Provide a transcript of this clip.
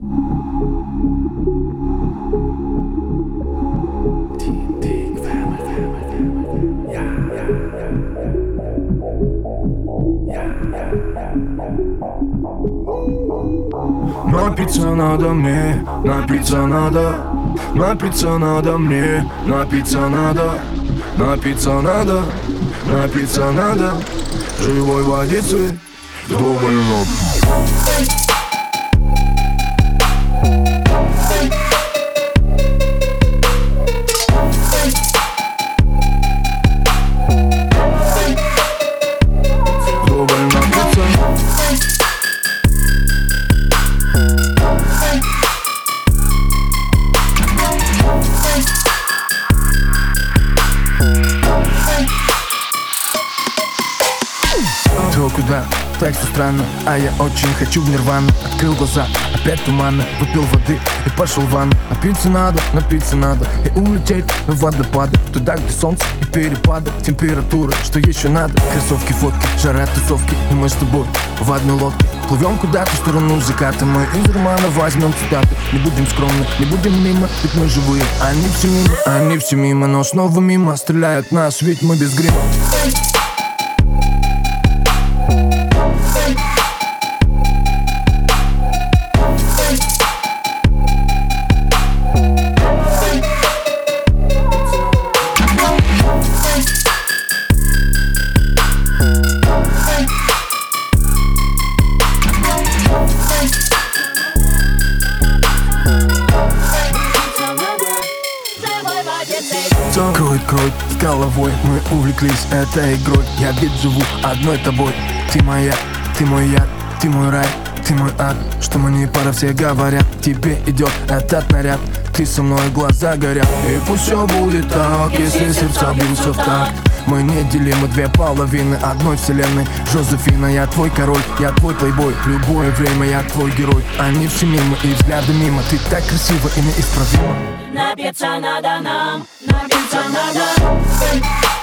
Напиться надо мне, напиться надо, напиться надо мне, напиться надо, напиться надо, напиться надо, живой водицы вдоволь ног. То куда? Так все странно, а я очень хочу в нирвану. Открыл глаза, опять туманно, выпил воды и пошел в ванну. Напиться надо и улететь в водопады, туда, где солнце и перепады температуры. Что еще надо? Кроссовки, фотки, жара, тусовки, и мы с тобой в одной лодке плывем куда-то в сторону заката. Мы из романа возьмем цитаты. Не будем скромны, не будем мимо, ведь мы живые. Они все мимо, но снова мимо. Стреляют нас, ведь мы без грима. Кроет с головой, мы увлеклись этой игрой. Я ведь живу одной тобой. Ты моя, ты мой яд, ты мой рай, ты мой ад. Что мы не пара, все говорят. Тебе идет этот наряд, ты со мной, глаза горят. И пусть все будет так, если сердца бьются в такт. Мы неделимы, две половины одной вселенной. Жозефина, я твой король, я твой плейбой. В любое время я твой герой. Они все мимо и взгляды мимо. Ты так красива и неисправима. Напиться надо нам, напиться надо.